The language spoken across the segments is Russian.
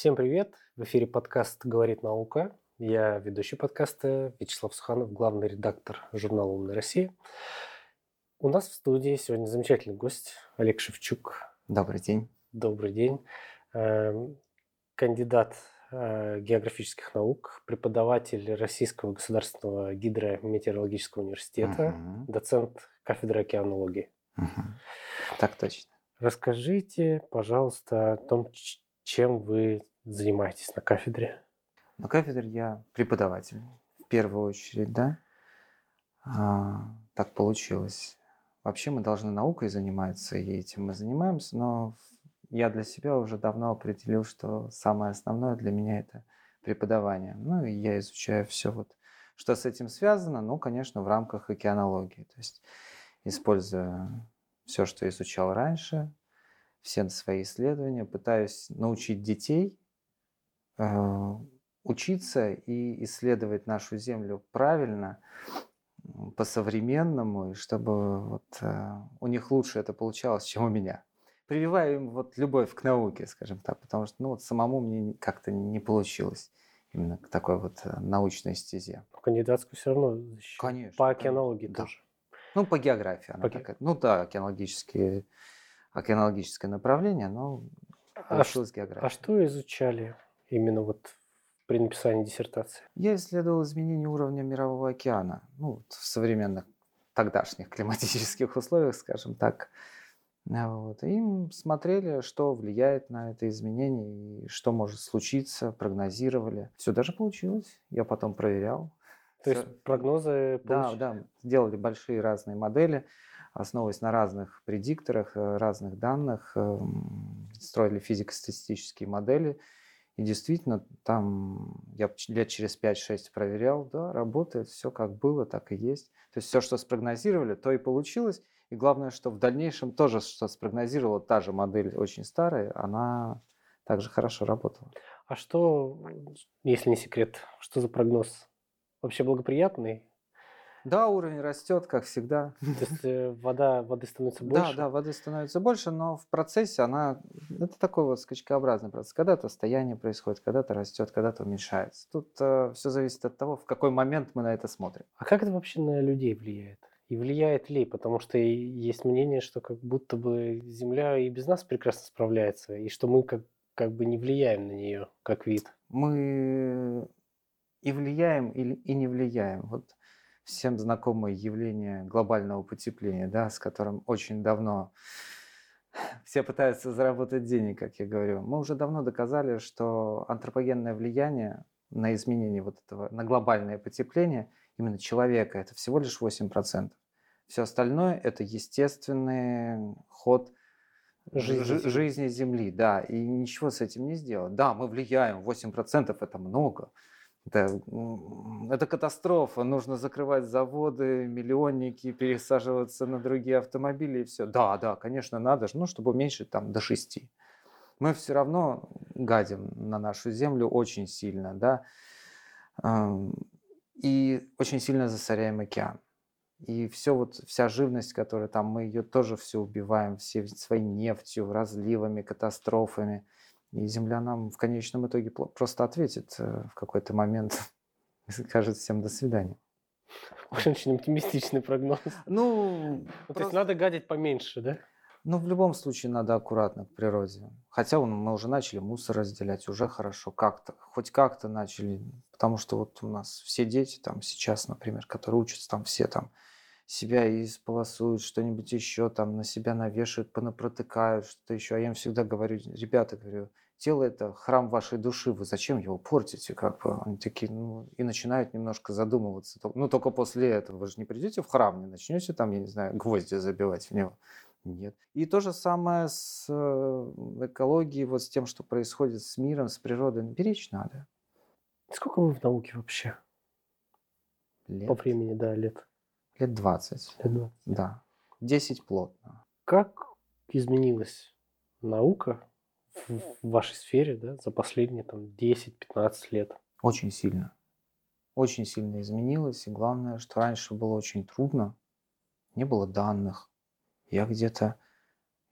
Всем привет! В эфире подкаст «Говорит наука». Я ведущий подкаста Вячеслав Суханов, главный редактор журнала «Умная Россия». У нас в студии сегодня замечательный гость Олег Шевчук. Добрый день. Добрый день. Кандидат географических наук, преподаватель Российского государственного гидрометеорологического университета, доцент кафедры океанологии. Так точно. Расскажите, пожалуйста, о том, чем вы занимаетесь на кафедре. На кафедре я преподаватель, в первую очередь, да. Так получилось. Вообще мы должны наукой заниматься, и этим мы занимаемся, но я для себя уже давно определил, что самое основное для меня – это преподавание. Ну и я изучаю все, что с этим связано, конечно, в рамках океанологии. То есть используя все, что изучал раньше, все свои исследования, пытаюсь научить детей учиться и исследовать нашу Землю правильно, по-современному, и чтобы у них лучше это получалось, чем у меня. Прививаю им любовь к науке, скажем так, потому что самому мне как-то не получилось именно к такой научной стезе. Кандидатскую все равно защищу. Конечно. По океанологии да. тоже. По географии она такая. Океанологическое направление, но получилась география. А что изучали именно при написании диссертации? Я исследовал изменение уровня Мирового океана, в современных тогдашних климатических условиях, скажем так. И смотрели, что влияет на это изменение и что может случиться, прогнозировали. Все даже получилось. Я потом проверял. То есть прогнозы получились? Да, делали большие разные модели, основываясь на разных предикторах, разных данных, строили физико-статистические модели. И действительно, там я лет через 5-6 проверял, да, работает, все как было, так и есть. То есть все, что спрогнозировали, то и получилось. И главное, что в дальнейшем тоже, что спрогнозировала та же модель очень старая, она также хорошо работала. А что, если не секрет, что за прогноз? Вообще благоприятный? Да, уровень растет, как всегда. То есть воды становится больше? Да, воды становится больше, но в процессе это такой скачкообразный процесс. Когда-то стояние происходит, когда-то растет, когда-то уменьшается. Тут все зависит от того, в какой момент мы на это смотрим. А как это вообще на людей влияет? И влияет ли? Потому что есть мнение, что как будто бы Земля и без нас прекрасно справляется, и что мы как бы не влияем на нее как вид. Мы и влияем, и не влияем. Всем знакомое явление глобального потепления, да, с которым очень давно все пытаются заработать денег, как я говорю. Мы уже давно доказали, что антропогенное влияние на изменение на глобальное потепление именно человека, это всего лишь 8%. Все остальное – это естественный ход жизни Земли, да, и ничего с этим не сделать. Да, мы влияем, 8% – это много. Это катастрофа, нужно закрывать заводы, миллионники, пересаживаться на другие автомобили и все. Да, конечно, надо, чтобы уменьшить до 6. Мы все равно гадим на нашу Землю очень сильно, да, и очень сильно засоряем океан. И вся живность, которая там, мы ее тоже все убиваем, все своей нефтью, разливами, катастрофами. И Земля нам в конечном итоге просто ответит в какой-то момент и скажет всем до свидания. Очень оптимистичный прогноз. То есть надо гадить поменьше, да? В любом случае надо аккуратно к природе. Хотя мы уже начали мусор разделять, уже хорошо, хоть как-то начали. Потому что у нас все дети сейчас, например, которые учатся, все себя исполосуют, что-нибудь еще на себя навешают, понапротыкают, что-то еще. А я им всегда говорю, ребята, тело – это храм вашей души, вы зачем его портите? Они такие, и начинают немножко задумываться. Только после этого. Вы же не придете в храм, не начнете я не знаю, гвозди забивать в него. Нет. И то же самое с экологией, с тем, что происходит с миром, с природой. Беречь надо. Сколько вы в науке вообще? По времени, да, лет. Лет 20. Лет 20. Да. 10 плотно. Как изменилась наука в вашей сфере, да, за последние 10-15 лет? Очень сильно. Очень сильно изменилось. И главное, что раньше было очень трудно. Не было данных. Я где-то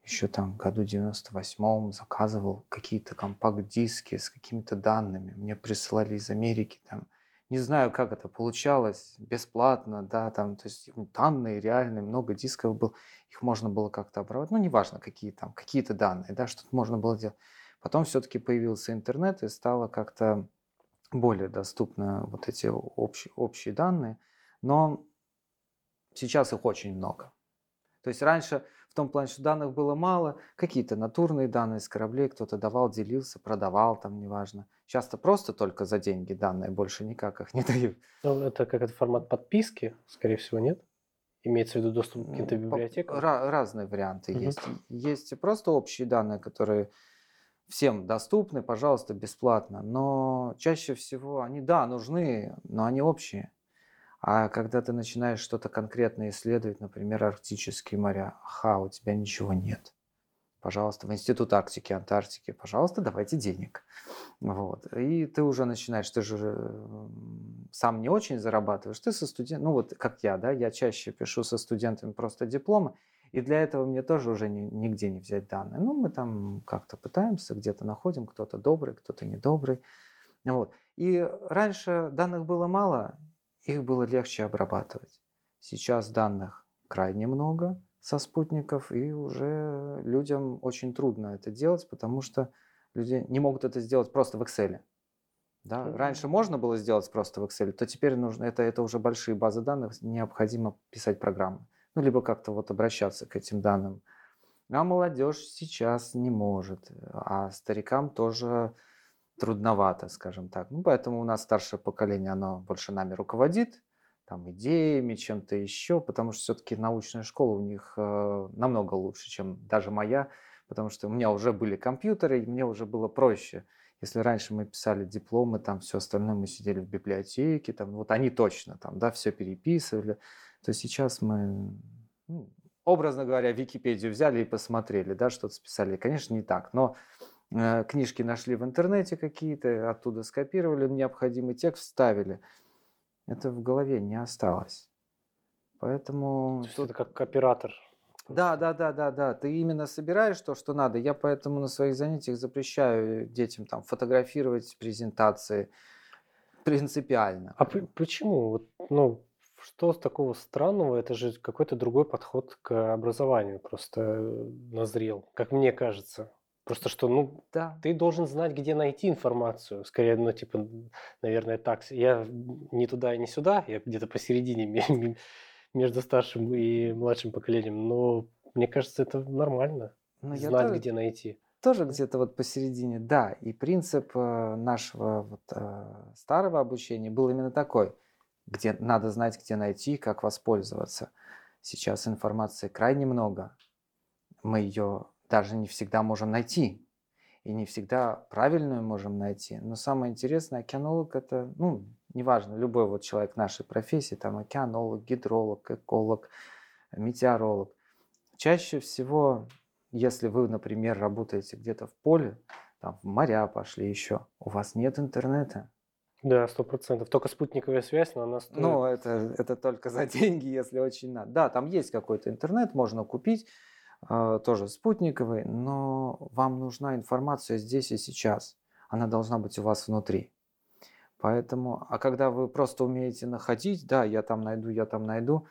еще там году 98-м заказывал какие-то компакт-диски с какими-то данными. Мне присылали из Америки там. Не знаю, как это получалось, бесплатно, да, там, то есть данные реальные, много дисков было, их можно было как-то обрабатывать, ну, неважно, какие там, какие-то данные, да, что-то можно было делать. Потом все-таки появился интернет и стало как-то более доступны вот эти общие данные, но сейчас их очень много. То есть раньше в том плане, что данных было мало, какие-то натурные данные с кораблей кто-то давал, делился, продавал, там неважно. Сейчас-то просто только за деньги данные, больше никак их не дают. Ну, это как это формат подписки, скорее всего, нет? Имеется в виду доступ к каким-то библиотекам? Разные варианты Мгм. есть. Есть просто общие данные, которые всем доступны, пожалуйста, бесплатно. Но чаще всего они, да, нужны, но они общие. А когда ты начинаешь что-то конкретно исследовать, например, арктические моря, у тебя ничего нет. Пожалуйста, в Институт Арктики, Антарктики, пожалуйста, давайте денег. Вот. И ты уже начинаешь, ты же сам не очень зарабатываешь, ты со студентом, ну вот как я, да, я чаще пишу со студентами просто дипломы, и для этого мне тоже уже нигде не взять данные. Ну, мы там как-то пытаемся, где-то находим, кто-то добрый, кто-то недобрый. Вот. И раньше данных было мало, их было легче обрабатывать. Сейчас данных крайне много со спутников, и уже людям очень трудно это делать, потому что люди не могут это сделать просто в Excel. Да? Раньше можно было сделать просто в Excel, то теперь нужно, это уже большие базы данных, необходимо писать программы. Ну, либо как-то вот обращаться к этим данным. А молодежь сейчас не может, а старикам тоже трудновато, скажем так. Ну, поэтому у нас старшее поколение, оно больше нами руководит, там, идеями, чем-то еще, потому что все-таки научная школа у них намного лучше, чем даже моя, потому что у меня уже были компьютеры, и мне уже было проще. Если раньше мы писали дипломы, там все остальное, мы сидели в библиотеке, там, вот они точно там, да, все переписывали, то сейчас мы, ну, образно говоря, Википедию взяли и посмотрели, да, что-то списали. Конечно, не так, но книжки нашли в интернете какие-то, оттуда скопировали, необходимый текст вставили. Это в голове не осталось. То Поэтому есть это тут... как оператор. Да, Просто. да, да, да, да. Ты именно собираешь то, что надо. Я поэтому на своих занятиях запрещаю детям там фотографировать презентации принципиально. А почему? Вот, ну, что такого странного? Это же какой-то другой подход к образованию просто назрел, как мне кажется. Просто что, ну, Да. ты должен знать, где найти информацию. Скорее, ну, типа, наверное, так. Я не туда и не сюда, я где-то посередине между старшим и младшим поколением. Но мне кажется, это нормально, Но я знать, тоже, где найти. тоже где-то вот посередине. Да, и принцип нашего вот, старого обучения был именно такой, где надо знать, где найти, как воспользоваться. Сейчас информации крайне много. Мы ее даже не всегда можем найти. И не всегда правильную можем найти. Но самое интересное, океанолог это, ну, неважно, любой вот человек нашей профессии, там океанолог, гидролог, эколог, метеоролог. Чаще всего, если вы, например, работаете где-то в поле, там в моря пошли еще, у вас нет интернета. Да, 100%. Только спутниковая связь, но она стоит. Ну, это только за деньги, если очень надо. Да, там есть какой-то интернет, можно купить, тоже спутниковый, но вам нужна информация здесь и сейчас. Она должна быть у вас внутри. Поэтому, а когда вы просто умеете находить, да, я там найду,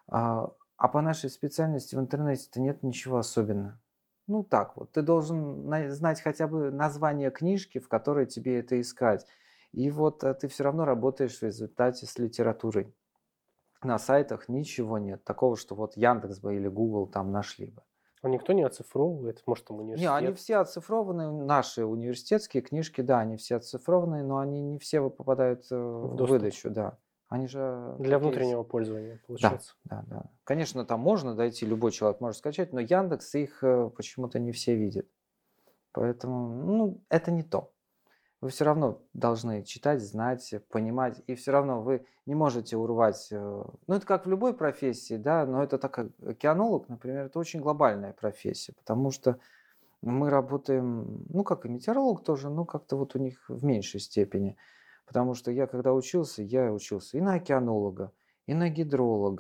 а по нашей специальности в интернете-то нет ничего особенного. Ну так вот, ты должен знать хотя бы название книжки, в которой тебе это искать. И вот ты все равно работаешь в результате с литературой. На сайтах ничего нет такого, что вот Яндекс бы или Google там нашли бы. А никто не оцифровывает, может, там Не, они университет. все оцифрованы, наши университетские книжки, да, они все оцифрованы, но они не все попадают В в доступ. выдачу, да. Они же Для такие... внутреннего пользования, Да, получается. да, да. Конечно, там можно дойти, любой человек может скачать, но Яндекс их почему-то не все видит. Поэтому, ну, это не то. Вы все равно должны читать, знать, понимать, и все равно вы не можете урвать. Ну, это как в любой профессии, да, но это так как океанолог, например, это очень глобальная профессия, потому что мы работаем, ну, как и метеоролог тоже, но как-то вот у них в меньшей степени. Потому что я когда учился, я учился и на океанолога, и на гидролога.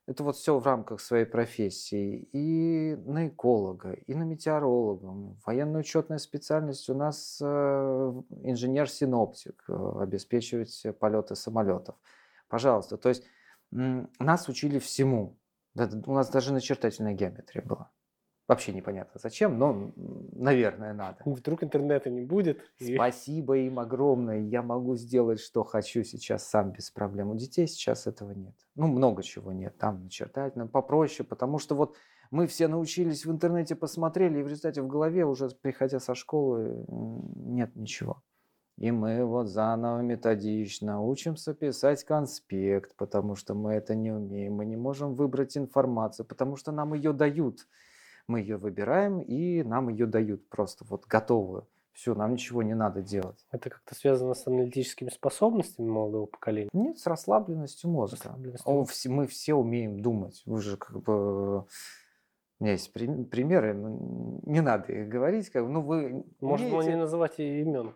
Это вот все в рамках своей профессии. И на эколога, и на метеоролога. Военно-учетная специальность у нас инженер-синоптик, обеспечивать полеты самолетов. Пожалуйста. То есть нас учили всему. У нас даже начертательная геометрия была. Вообще непонятно зачем, но, наверное, надо. Вдруг интернета не будет. Спасибо им огромное. Я могу сделать, что хочу сейчас сам без проблем. У детей сейчас этого нет. Ну, много чего нет. Там начертательно попроще, потому что вот мы все научились в интернете, посмотрели, и в результате в голове уже, приходя со школы, нет ничего. И мы вот заново методично учимся писать конспект, потому что мы это не умеем. Мы не можем выбрать информацию, потому что нам ее дают. Мы ее выбираем, и нам ее дают просто вот готовую. Все, нам ничего не надо делать. Это как-то связано с аналитическими способностями молодого поколения? Нет, с расслабленностью мозга. Мы все умеем думать. Вы же как бы... У меня есть примеры, не надо их говорить. Вы Можно не называть имен.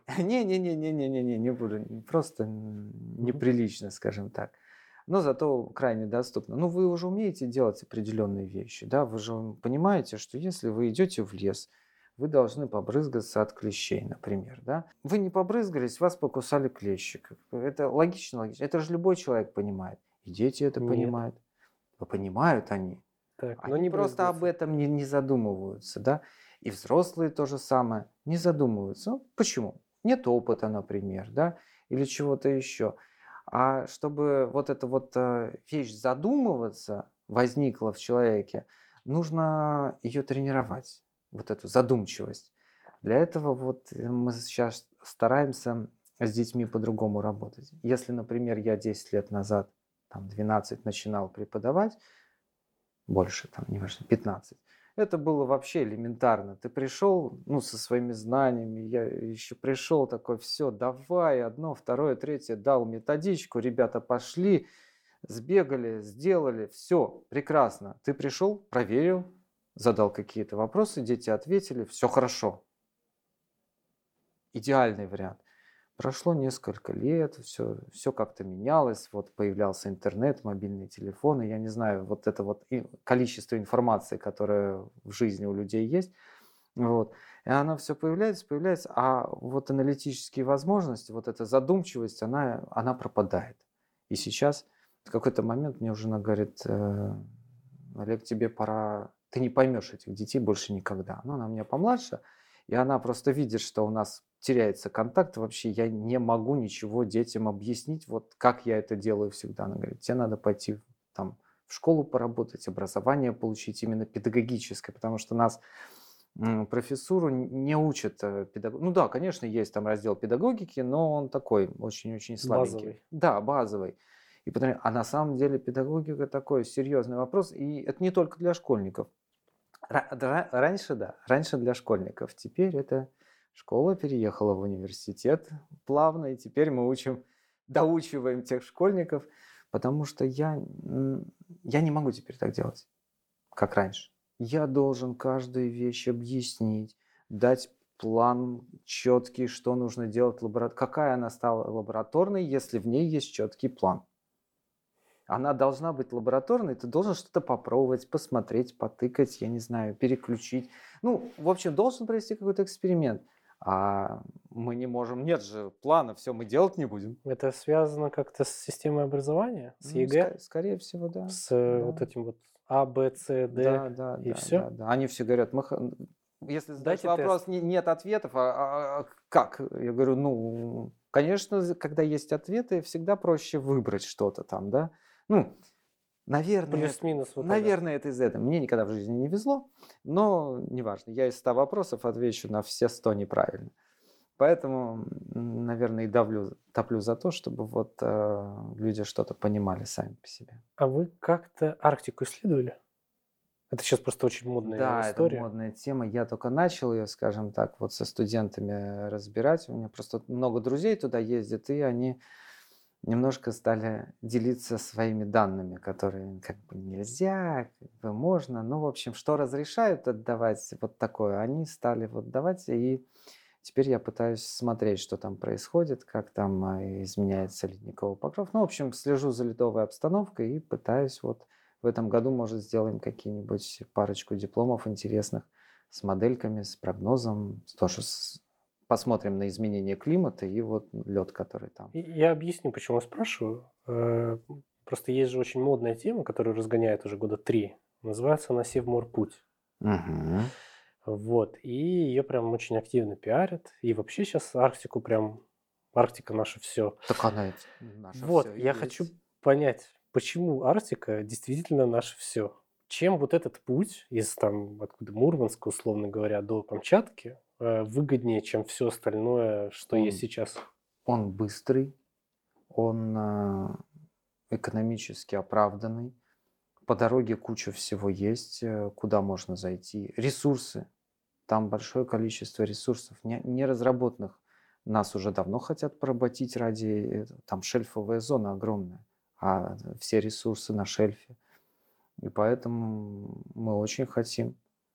Не буду. Просто неприлично, скажем так. Но зато крайне доступно. Вы уже умеете делать определенные вещи, да? Вы же понимаете, что если вы идете в лес, вы должны побрызгаться от клещей, например, да? Вы не побрызгались, вас покусали клещи. Это логично. Это же любой человек понимает. И дети это понимают. Понимают они. Так, они не просто об этом не задумываются, да? И взрослые то же самое не задумываются. Почему? Нет опыта, например, да? Или чего-то еще. А чтобы вот эта вот вещь задумываться возникла в человеке, нужно ее тренировать, вот эту задумчивость. Для этого вот мы сейчас стараемся с детьми по-другому работать. Если, например, я 10 лет назад, 12 начинал преподавать, больше, неважно, 15, это было вообще элементарно. Ты пришел, со своими знаниями, я еще пришел такой, все, давай, одно, второе, третье, дал методичку, ребята пошли, сбегали, сделали, все, прекрасно. Ты пришел, проверил, задал какие-то вопросы, дети ответили, все хорошо. Идеальный вариант. Прошло несколько лет, все как-то менялось, вот появлялся интернет, мобильные телефоны, я не знаю, вот это вот количество информации, которое в жизни у людей есть, вот, и она все появляется, а вот аналитические возможности, вот эта задумчивость, она пропадает. И сейчас в какой-то момент мне жена говорит: Олег, тебе пора, ты не поймешь этих детей больше никогда. Но она у меня помладше, и она просто видит, что у нас теряется контакт, вообще я не могу ничего детям объяснить, вот как я это делаю всегда. Она говорит: тебе надо пойти в школу поработать, образование получить именно педагогическое, потому что нас профессуру не учат педагог. Ну да, конечно, есть там раздел педагогики, но он такой очень-очень слабенький. Базовый. Да, базовый. А на самом деле педагогика такой серьезный вопрос, и это не только для школьников. Раньше для школьников, теперь это школа переехала в университет плавно, и теперь мы доучиваем тех школьников, потому что я не могу теперь так делать, как раньше. Я должен каждую вещь объяснить, дать план четкий, что нужно делать в лаборатории. Какая она стала лабораторной, если в ней есть четкий план? Она должна быть лабораторной, ты должен что-то попробовать, посмотреть, потыкать, я не знаю, переключить. В общем, должен провести какой-то эксперимент. А мы не можем, нет же плана, все, мы делать не будем. Это связано как-то с системой образования, с ЕГЭ? Скорее всего, да. С вот этим вот А, Б, С, Д и все? Да. Они все говорят, если задаешь Дайте вопрос, нет ответов, а как? Я говорю, конечно, когда есть ответы, всегда проще выбрать что-то там, да. Наверное, Плюс-минус вот наверное, это из этого. Мне никогда в жизни не везло, но неважно. Я из 100 вопросов отвечу на все 100 неправильно. Поэтому, наверное, и топлю за то, чтобы вот люди что-то понимали сами по себе. А вы как-то Арктику исследовали? Это сейчас просто очень модная история. Да, это модная тема. Я только начал ее, скажем так, вот со студентами разбирать. У меня просто много друзей туда ездят, и они немножко стали делиться своими данными, которые как бы нельзя, как бы можно. В общем, что разрешают отдавать вот такое, они стали вот давать. И теперь я пытаюсь смотреть, что там происходит, как там изменяется ледниковый покров. В общем, слежу за ледовой обстановкой и пытаюсь вот в В этом году, может, сделаем какие-нибудь парочку дипломов интересных с модельками, с прогнозом, тоже посмотрим на изменение климата и вот лед, который там. Я объясню, почему я спрашиваю. Просто есть же очень модная тема, которую разгоняет уже года 3. Называется она «Севморпуть». Угу. Вот. И ее прям очень активно пиарят. И вообще сейчас Арктику прям... Арктика наше все. Так она наша Вот, все и я есть. хочу понять, почему Арктика действительно наше все. Чем вот этот путь из там, откуда Мурманска, условно говоря, до Камчатки выгоднее, чем все остальное, что есть сейчас? Он быстрый, он экономически оправданный. По дороге куча всего есть, куда можно зайти. Ресурсы. Там большое количество ресурсов, неразработанных. Нас уже давно хотят поработить ради... Там шельфовая зона огромная, а все ресурсы на шельфе. И поэтому мы очень хотим.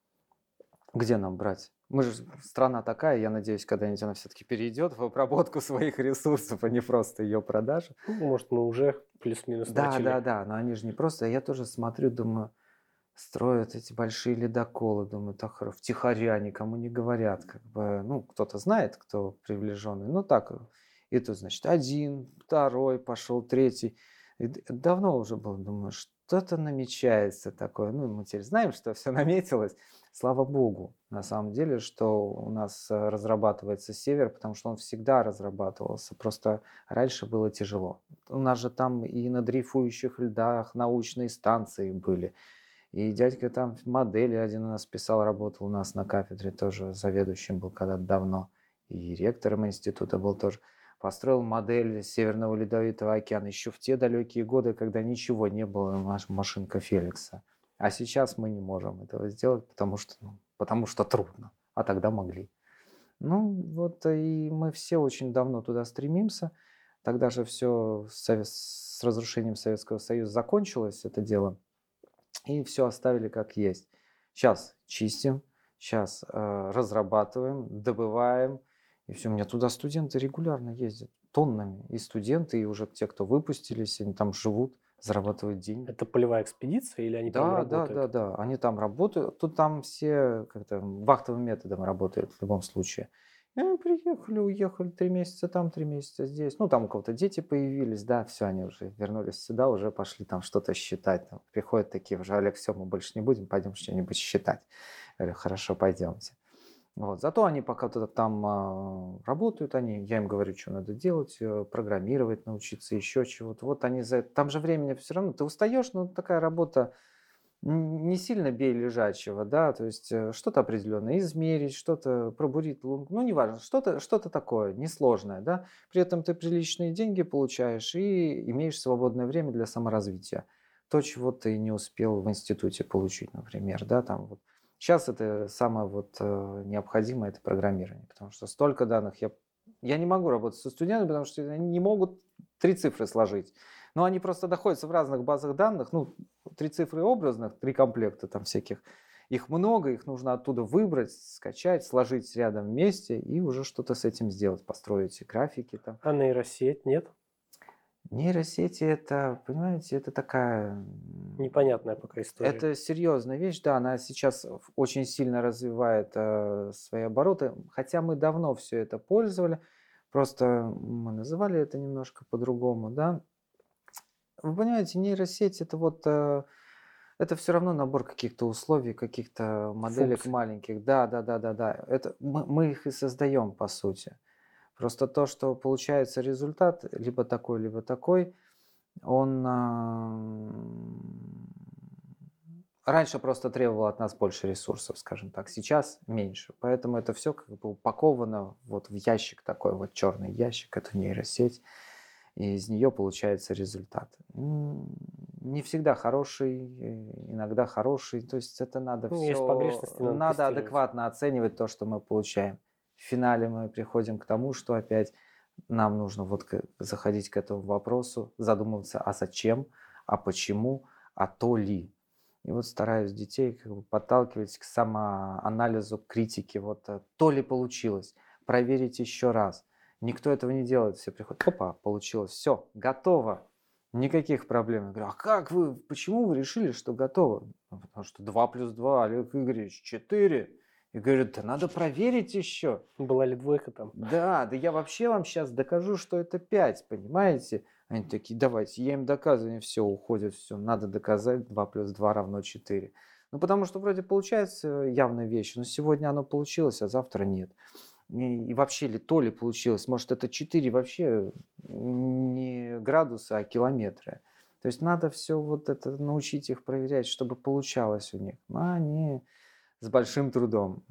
Где нам брать? Мы же страна такая, я надеюсь, когда-нибудь она все-таки перейдет в обработку своих ресурсов, а не просто ее продажу. Ну, может, мы уже плюс-минус начали. Да, но они же не просто. Я тоже смотрю, думаю, строят эти большие ледоколы, думаю, так втихаря, никому не говорят, как бы, ну, кто-то знает, кто приближенный, ну, так, и тут, значит, один, второй пошел, третий. И давно уже было, думаю, что-то намечается такое, ну, мы теперь знаем, что все наметилось, слава богу, на самом деле, что у нас разрабатывается север, потому что он всегда разрабатывался, просто раньше было тяжело. У нас же там и на дрейфующих льдах научные станции были. И дядька там модели один у нас писал, работал у нас на кафедре, тоже заведующим был когда-то давно. И ректором института был тоже. Построил модель Северного Ледовитого океана еще в те далекие годы, когда ничего не было, наша машинка Феликса. А сейчас мы не можем этого сделать, потому что трудно. А тогда могли. Ну, вот и мы все очень давно туда стремимся. Тогда же все с разрушением Советского Союза закончилось, это дело. И все оставили как есть. Сейчас чистим, сейчас разрабатываем, добываем. И все, у меня туда студенты регулярно ездят, тоннами. И студенты, и уже те, кто выпустились, они там живут, зарабатывают деньги. Это полевая экспедиция или они прям работают? Да, они там работают. Тут там все как-то вахтовым методом работают в любом случае. И они приехали, уехали 3 месяца там, 3 месяца здесь. Ну, там у кого-то дети появились, да, все, они уже вернулись сюда, уже пошли там что-то считать. Там приходят такие уже: Олег, все, мы больше не будем, пойдем что-нибудь считать. Я говорю, хорошо, пойдемте. Вот. Зато они пока там работают, я им говорю, что надо делать, программировать, научиться, еще чего-то. Вот они там же времени все равно, ты устаешь, но такая работа не сильно бей лежачего, да, то есть что-то определенное измерить, что-то пробурить лунку, ну, неважно, что-то такое несложное, да, при этом ты приличные деньги получаешь и имеешь свободное время для саморазвития. То, чего ты не успел в институте получить, например, да, там вот. Сейчас это самое вот необходимое, это программирование, потому что столько данных, я не могу работать со студентами, потому что они не могут 3 цифры сложить. Но они просто находятся в разных базах данных, ну, 3 цифры образных, 3 комплекта там всяких. Их много, их нужно оттуда выбрать, скачать, сложить рядом вместе и уже что-то с этим сделать, построить графики там. А нейросеть нет? Нейросети это, понимаете, это такая... Непонятная пока история. Это серьезная вещь, да, она сейчас очень сильно развивает свои обороты, хотя мы давно все это пользовали, просто мы называли это немножко по-другому, да. Вы понимаете, нейросеть это вот, это все равно набор каких-то условий, каких-то моделек Функций. маленьких, да, это мы их и создаем по сути. Просто то, что получается результат, либо такой, он раньше просто требовал от нас больше ресурсов, скажем так, сейчас меньше. Поэтому это все как бы упаковано вот в ящик такой, вот черный ящик, это нейросеть, и из нее получается результат. Не всегда хороший, иногда хороший, то есть это надо Ну, есть все, погрешности, надо надо тестировать. адекватно оценивать то, что мы получаем. В финале мы приходим к тому, что опять нам нужно вот заходить к этому вопросу, задумываться, а зачем, а почему, а то ли. И вот стараюсь детей как бы подталкивать к самоанализу, к критике. Вот то ли получилось, проверить еще раз. Никто этого не делает, все приходят, опа, получилось, все, готово. Никаких проблем. Я говорю, а как вы, почему вы решили, что готово? «Ну, потому что 2 плюс 2, Олег Игоревич, 4. И говорю, да надо проверить еще. Была ли двойка там? Да я вообще вам сейчас докажу, что это 5, понимаете? Они такие, давайте, я им доказываю, все, уходят, все, надо доказать, 2 плюс 2 равно 4. Ну, потому что вроде получается явная вещь, но сегодня оно получилось, а завтра нет. И вообще ли то ли получилось, может это 4 вообще не градусы, а километры. То есть надо все вот это научить их проверять, чтобы получалось у них. А они с большим трудом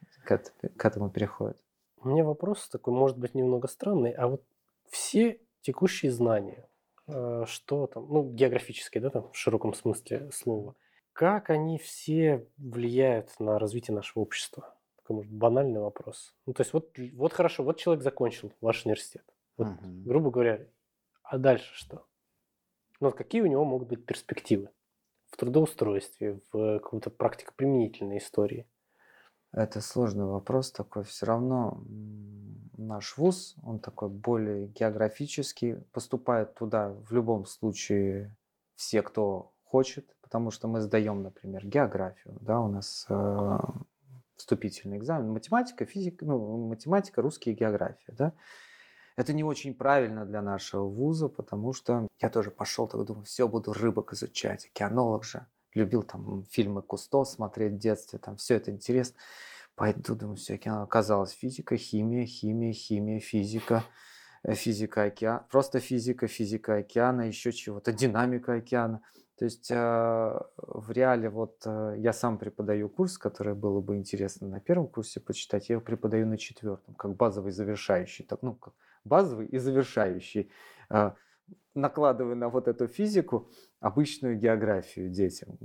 к этому переходят. У меня вопрос такой, может быть, немного странный. А вот все текущие знания, что там, ну, географические, да, там, в широком смысле слова, как они все влияют на развитие нашего общества? Такой, может, банальный вопрос. Ну, то есть вот хорошо, вот человек закончил ваш университет. Вот, грубо говоря, а дальше что? Ну, вот какие у него могут быть перспективы в трудоустройстве, в какой-то практико-применительной истории? Это сложный вопрос такой. Все равно наш вуз, он такой более географический. Поступает туда в любом случае все, кто хочет, потому что мы сдаем, например, географию. Да, у нас вступительный экзамен. Математика, физика, ну, математика, русский и география. Да? Это не очень правильно для нашего вуза, потому что я тоже пошел, так думаю, все, буду рыбок изучать, океанолог же. Любил там фильмы Кусто смотреть в детстве, там все это интересно. Пойду, думаю, все, океан. Оказалось, физика, химия, физика, физика океана, просто физика океана, еще чего-то, динамика океана. То есть в реале вот я сам преподаю курс, который было бы интересно на первом курсе почитать, я его преподаю на 4-м, как базовый завершающий, так, ну, как базовый и завершающий. Накладываю на вот эту физику обычную географию детям.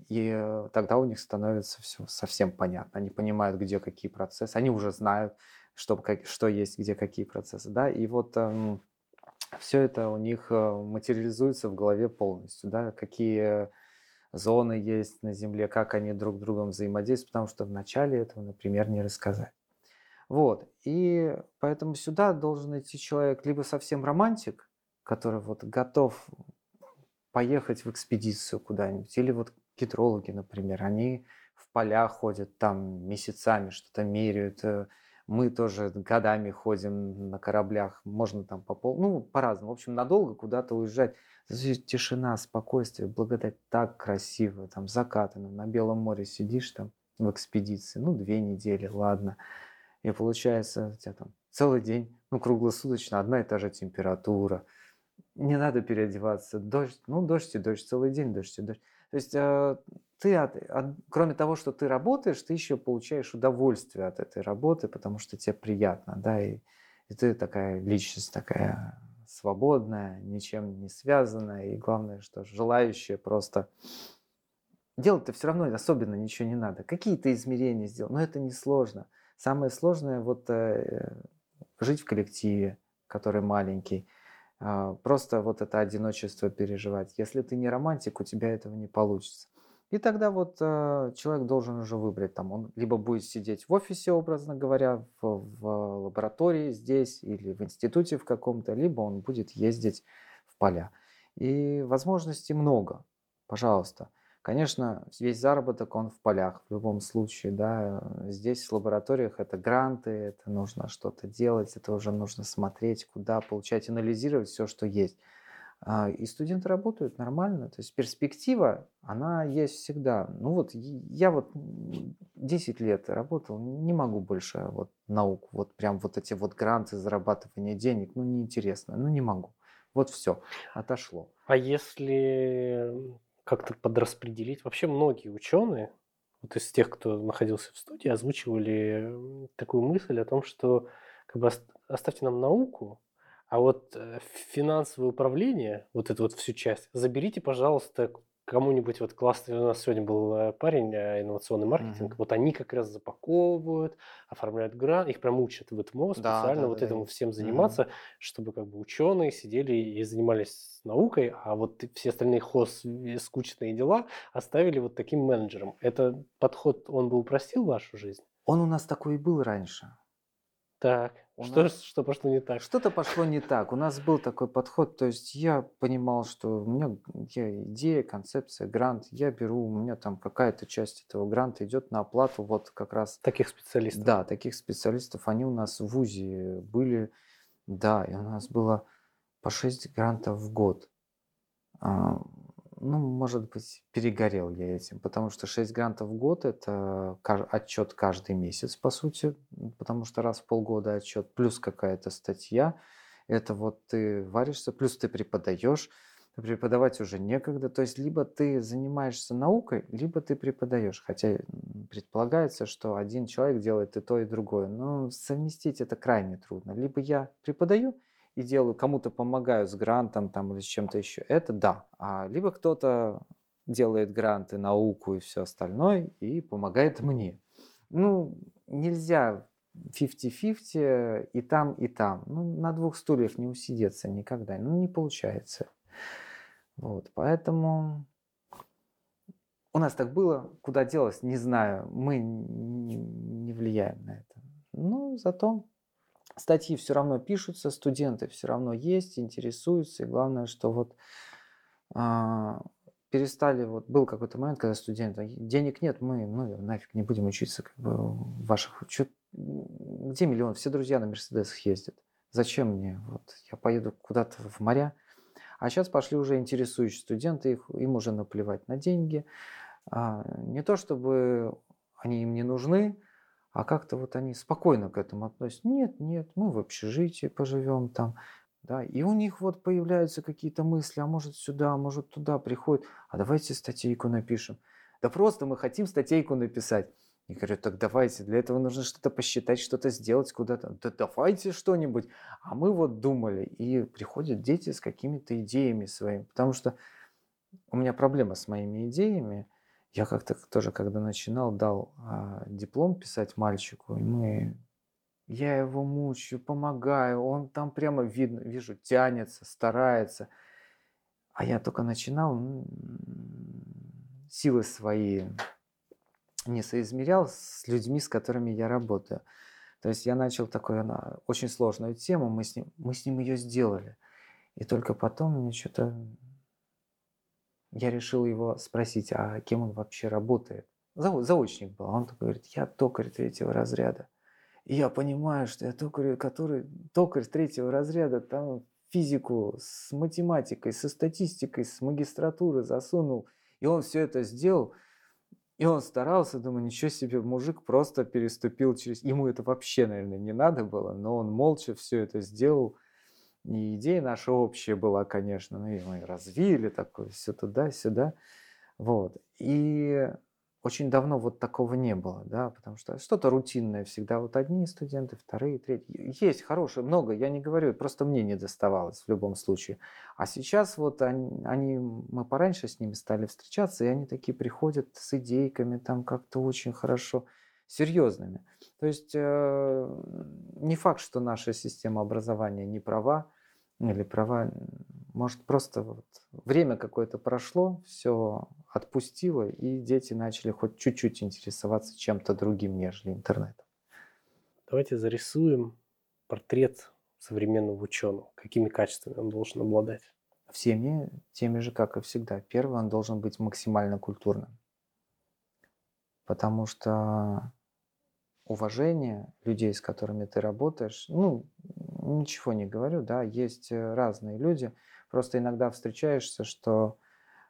И тогда у них становится все совсем понятно. Они понимают, где какие процессы. Они уже знают, что есть, где какие процессы. Да? И вот все это у них материализуется в голове полностью. Да? Какие зоны есть на Земле, как они друг с другом взаимодействуют, потому что вначале этого, например, не рассказать. Вот. И поэтому сюда должен идти человек либо совсем романтик, который вот готов поехать в экспедицию куда-нибудь, или вот гидрологи, например, они в поля ходят там месяцами, что-то меряют. Мы тоже годами ходим на кораблях, можно там ну, по-разному. В общем, надолго куда-то уезжать. Тишина, спокойствие, благодать, так красиво, там закаты, на Белом море сидишь там в экспедиции, ну, 2 недели, ладно. И получается, у тебя там целый день, ну, круглосуточно одна и та же температура. Не надо переодеваться. Дождь, ну, дождь и дождь, целый день дождь и дождь. То есть ты, кроме того, что ты работаешь, ты еще получаешь удовольствие от этой работы, потому что тебе приятно, да, и ты такая личность, такая свободная, ничем не связанная, и главное, что желающая просто... Делать-то все равно особенно ничего не надо. Какие-то измерения сделать, но это не сложно. Самое сложное вот жить в коллективе, который маленький, просто вот это одиночество переживать. Если ты не романтик, у тебя этого не получится. И тогда вот человек должен уже выбрать, там он либо будет сидеть в офисе, образно говоря, в лаборатории здесь или в институте в каком-то, либо он будет ездить в поля. И возможностей много, пожалуйста. Конечно, весь заработок, он в полях в любом случае, да. Здесь в лабораториях это гранты, это нужно что-то делать, это уже нужно смотреть, куда получать, анализировать все, что есть. И студенты работают нормально, то есть перспектива, она есть всегда. Ну вот я вот 10 лет работал, не могу больше вот науку, вот прям вот эти вот гранты, зарабатывание денег, ну неинтересно, ну не могу. Вот все, отошло. А если как-то подраспределить? Вообще многие ученые, вот из тех, кто находился в студии, озвучивали такую мысль о том, что как бы оставьте нам науку, а вот финансовое управление, вот эту вот всю часть, заберите, пожалуйста, кому-нибудь. Вот классный у нас сегодня был парень, инновационный маркетинг. Вот они как раз запаковывают, оформляют грант, их прям учат в ИТМО специально вот этому всем заниматься, чтобы как бы ученые сидели и занимались наукой, а вот все остальные скучные дела оставили вот таким менеджером. Этот подход, он бы упростил вашу жизнь? Он у нас такой и был раньше. Так. Что пошло не так? Что-то пошло не так. У нас был такой подход, то есть я понимал, что у меня идея, концепция, грант, я беру, у меня там какая-то часть этого гранта идет на оплату вот как раз. Таких специалистов. Да, таких специалистов, они у нас в ВУЗе были, да, и у нас было по 6 грантов в год. Ну, может быть, перегорел я этим, потому что 6 грантов в год – это отчет каждый месяц, по сути, потому что раз в полгода отчет, плюс какая-то статья. Это вот ты варишься, плюс ты преподаешь, преподавать уже некогда. То есть либо ты занимаешься наукой, либо ты преподаешь. Хотя предполагается, что один человек делает и то, и другое. Но совместить это крайне трудно. Либо я преподаю, и делаю, кому-то помогаю с грантом там, или с чем-то еще, это да. Либо кто-то делает гранты, науку и все остальное, и помогает мне. Ну, нельзя 50-50 и там, и там. Ну, на двух стульях не усидеться никогда. Ну, не получается. Вот, поэтому у нас так было. Куда делось, не знаю. Мы не влияем на это. Ну, зато статьи все равно пишутся, студенты все равно есть, интересуются. И главное, что вот перестали, вот был какой-то момент, когда студенты, денег нет, мы нафиг не будем учиться как бы в ваших... Где миллион? Все друзья на Мерседесах ездят. Зачем мне? Вот я поеду куда-то в моря. А сейчас пошли уже интересующие студенты, им уже наплевать на деньги. Не то чтобы они им не нужны, а как-то вот они спокойно к этому относятся. Нет, мы в общежитии поживем там. Да, и у них вот появляются какие-то мысли, а может сюда, а может туда приходят. А давайте статейку напишем. Да просто мы хотим статейку написать. Я говорю, так давайте, для этого нужно что-то посчитать, что-то сделать куда-то. Да давайте что-нибудь. А мы вот думали. И приходят дети с какими-то идеями своими. Потому что у меня проблема с моими идеями. Я как-то тоже, когда начинал, дал диплом писать мальчику, и я его мучаю, помогаю, он там прямо вижу, тянется, старается. А я только начинал, силы свои не соизмерял с людьми, с которыми я работаю. То есть я начал такую очень сложную тему, мы с ним ее сделали. И только потом мне что-то... Я решил его спросить, а кем он вообще работает. Заочник был. Он такой говорит, я токарь 3-го разряда. И я понимаю, что я токарь, который токарь 3-го разряда, там физику с математикой, со статистикой, с магистратуры засунул. И он все это сделал. И он старался, думаю, ничего себе, мужик просто переступил через... Ему это вообще, наверное, не надо было, но он молча все это сделал. И идея наша общая была, конечно, ну и мы развили такое, все туда-сюда. Вот. И очень давно вот такого не было, да, потому что что-то рутинное всегда. Вот одни студенты, вторые, третьи. Есть хорошие, много, я не говорю, просто мне не доставалось в любом случае. А сейчас вот мы пораньше с ними стали встречаться, и они такие приходят с идейками, там как-то очень хорошо, серьезными. То есть не факт, что наша система образования не права, или права, может, просто вот время какое-то прошло, все отпустило, и дети начали хоть чуть-чуть интересоваться чем-то другим, нежели интернетом. Давайте зарисуем портрет современного ученого. Какими качествами он должен обладать? Всеми теми же, как и всегда. Первый, он должен быть максимально культурным. Потому что уважение людей, с которыми ты работаешь, ничего не говорю, да, есть разные люди. Просто иногда встречаешься, что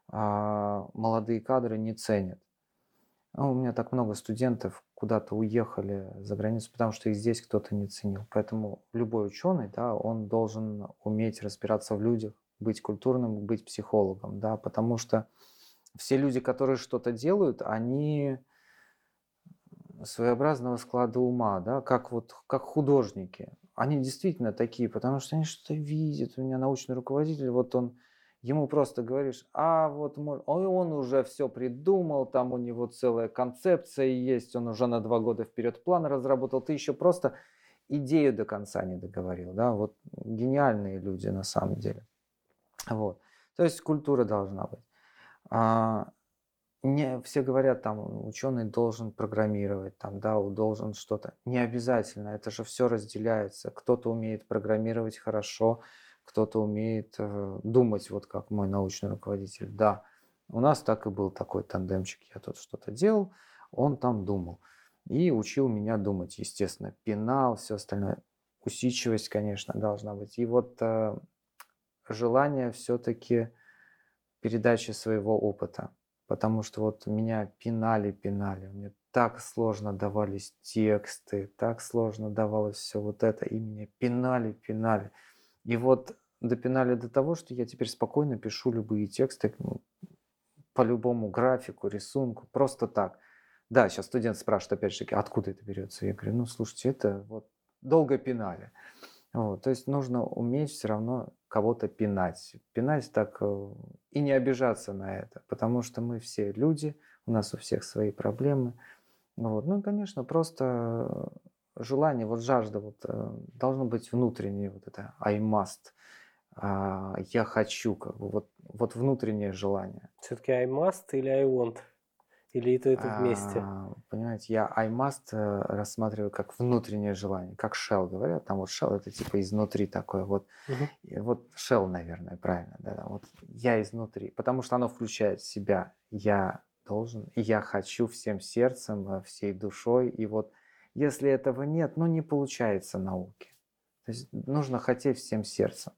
молодые кадры не ценят. У меня так много студентов куда-то уехали за границу, потому что их здесь кто-то не ценил. Поэтому любой ученый, да, он должен уметь разбираться в людях, быть культурным, быть психологом, да, потому что все люди, которые что-то делают, они своеобразного склада ума, да, как художники. Они действительно такие, потому что они что-то видят. У меня научный руководитель, ему просто говоришь, он уже все придумал, там у него целая концепция есть, он уже на 2 года вперед план разработал, ты еще просто идею до конца не договорил, да, вот гениальные люди на самом деле. Вот. То есть культура должна быть. Не все говорят, там, ученый должен программировать, там, да, должен что-то. Не обязательно, это же все разделяется. Кто-то умеет программировать хорошо, кто-то умеет думать, вот как мой научный руководитель. Да, у нас так и был такой тандемчик. Я тут что-то делал, он там думал. И учил меня думать, естественно. Пенал, все остальное. Усидчивость, конечно, должна быть. И вот желание все-таки передачи своего опыта. Потому что вот меня пинали. Мне так сложно давались тексты, так сложно давалось все вот это. И меня пинали. И вот допинали до того, что я теперь спокойно пишу любые тексты по любому графику, рисунку, просто так. Да, сейчас студент спрашивает опять же, откуда это берется. Я говорю, ну слушайте, это вот долго пинали. Вот, то есть нужно уметь все равно кого-то пинать. Пинать так и не обижаться на это, потому что мы все люди, у нас у всех свои проблемы. Вот. Ну и, конечно, просто желание, вот жажда вот, должно быть внутреннее, вот это I must, я хочу, как бы, вот внутреннее желание. Все-таки I must или I want? Или это вместе? Понимаете, я I must рассматриваю как внутреннее желание, как shell говорят. Там вот shell это типа изнутри такое вот. И вот shell, наверное, правильно. Да, вот я изнутри, потому что оно включает в себя я должен, я хочу всем сердцем, всей душой. И вот если этого нет, ну не получается науки. То есть нужно хотеть всем сердцем.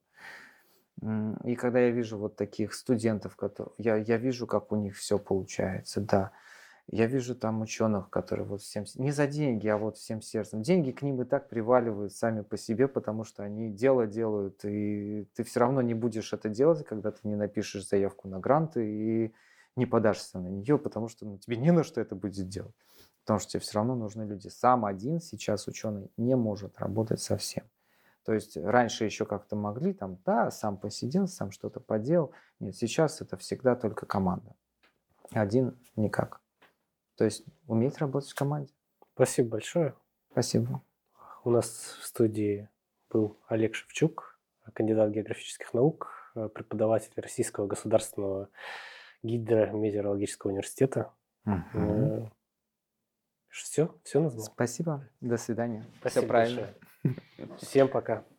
И когда я вижу вот таких студентов, я вижу, как у них все получается, да. Я вижу там ученых, которые вот всем, не за деньги, а вот всем сердцем. Деньги к ним и так приваливают сами по себе, потому что они дело делают, и ты все равно не будешь это делать, когда ты не напишешь заявку на гранты и не подашься на нее, потому что тебе не на что это будет делать. Потому что тебе все равно нужны люди. Сам один сейчас ученый не может работать совсем. То есть раньше еще как-то могли, там, да, сам посидел, сам что-то поделал. Нет, сейчас это всегда только команда. Один никак. То есть уметь работать в команде. Спасибо большое. Спасибо. У нас в студии был Олег Шевчук, кандидат географических наук, преподаватель Российского государственного гидрометеорологического университета. Все назвал. Спасибо. До свидания. Спасибо Все правильно. большое. Всем пока.